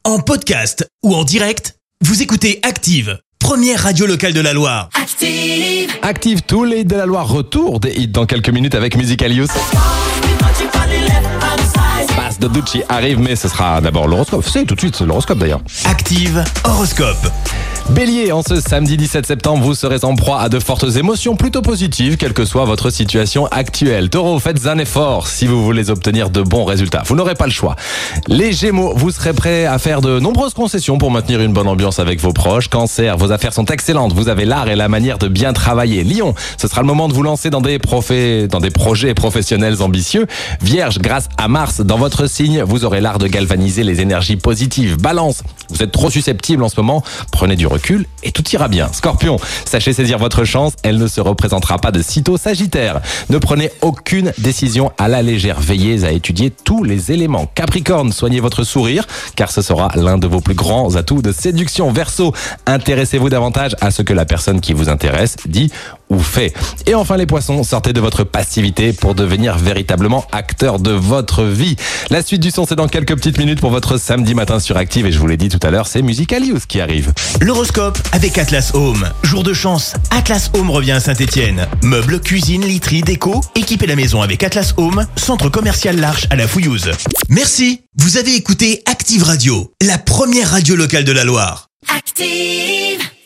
En podcast ou en direct, vous écoutez Active, première radio locale de la Loire. Active. Active, tous les hits de la Loire, retour des hits dans quelques minutes avec Musicalius. Bass de Ducci arrive, mais ce sera d'abord l'horoscope. C'est tout de suite l'horoscope d'ailleurs. Active horoscope. Bélier, en ce samedi 17 septembre, vous serez en proie à de fortes émotions plutôt positives, quelle que soit votre situation actuelle. Taureau, faites un effort si vous voulez obtenir de bons résultats. Vous n'aurez pas le choix. Les Gémeaux, vous serez prêts à faire de nombreuses concessions pour maintenir une bonne ambiance avec vos proches. Cancer, vos affaires sont excellentes. Vous avez l'art et la manière de bien travailler. Lion, ce sera le moment de vous lancer dans des projets professionnels ambitieux. Vierge, grâce à Mars, dans votre signe, vous aurez l'art de galvaniser les énergies positives. Balance, vous êtes trop susceptible en ce moment. Prenez du recul et tout ira bien. Scorpion, sachez saisir votre chance, elle ne se représentera pas de sitôt. Sagittaire, ne prenez aucune décision à la légère, veillez à étudier tous les éléments. Capricorne, soignez votre sourire, car ce sera l'un de vos plus grands atouts de séduction. Verseau, intéressez-vous davantage à ce que la personne qui vous intéresse dit ou fait. Et enfin les poissons, sortez de votre passivité pour devenir véritablement acteur de votre vie. La suite du son, c'est dans quelques petites minutes pour votre samedi matin sur Active, et je vous l'ai dit tout à l'heure, c'est Musicalius qui arrive. L'horoscope avec Atlas Home. Jour de chance, Atlas Home revient à Saint-Étienne. Meubles, cuisine, literie, déco, équipez la maison avec Atlas Home, centre commercial L'Arche à la Fouillouse. Merci, vous avez écouté Active Radio, la première radio locale de la Loire. Active.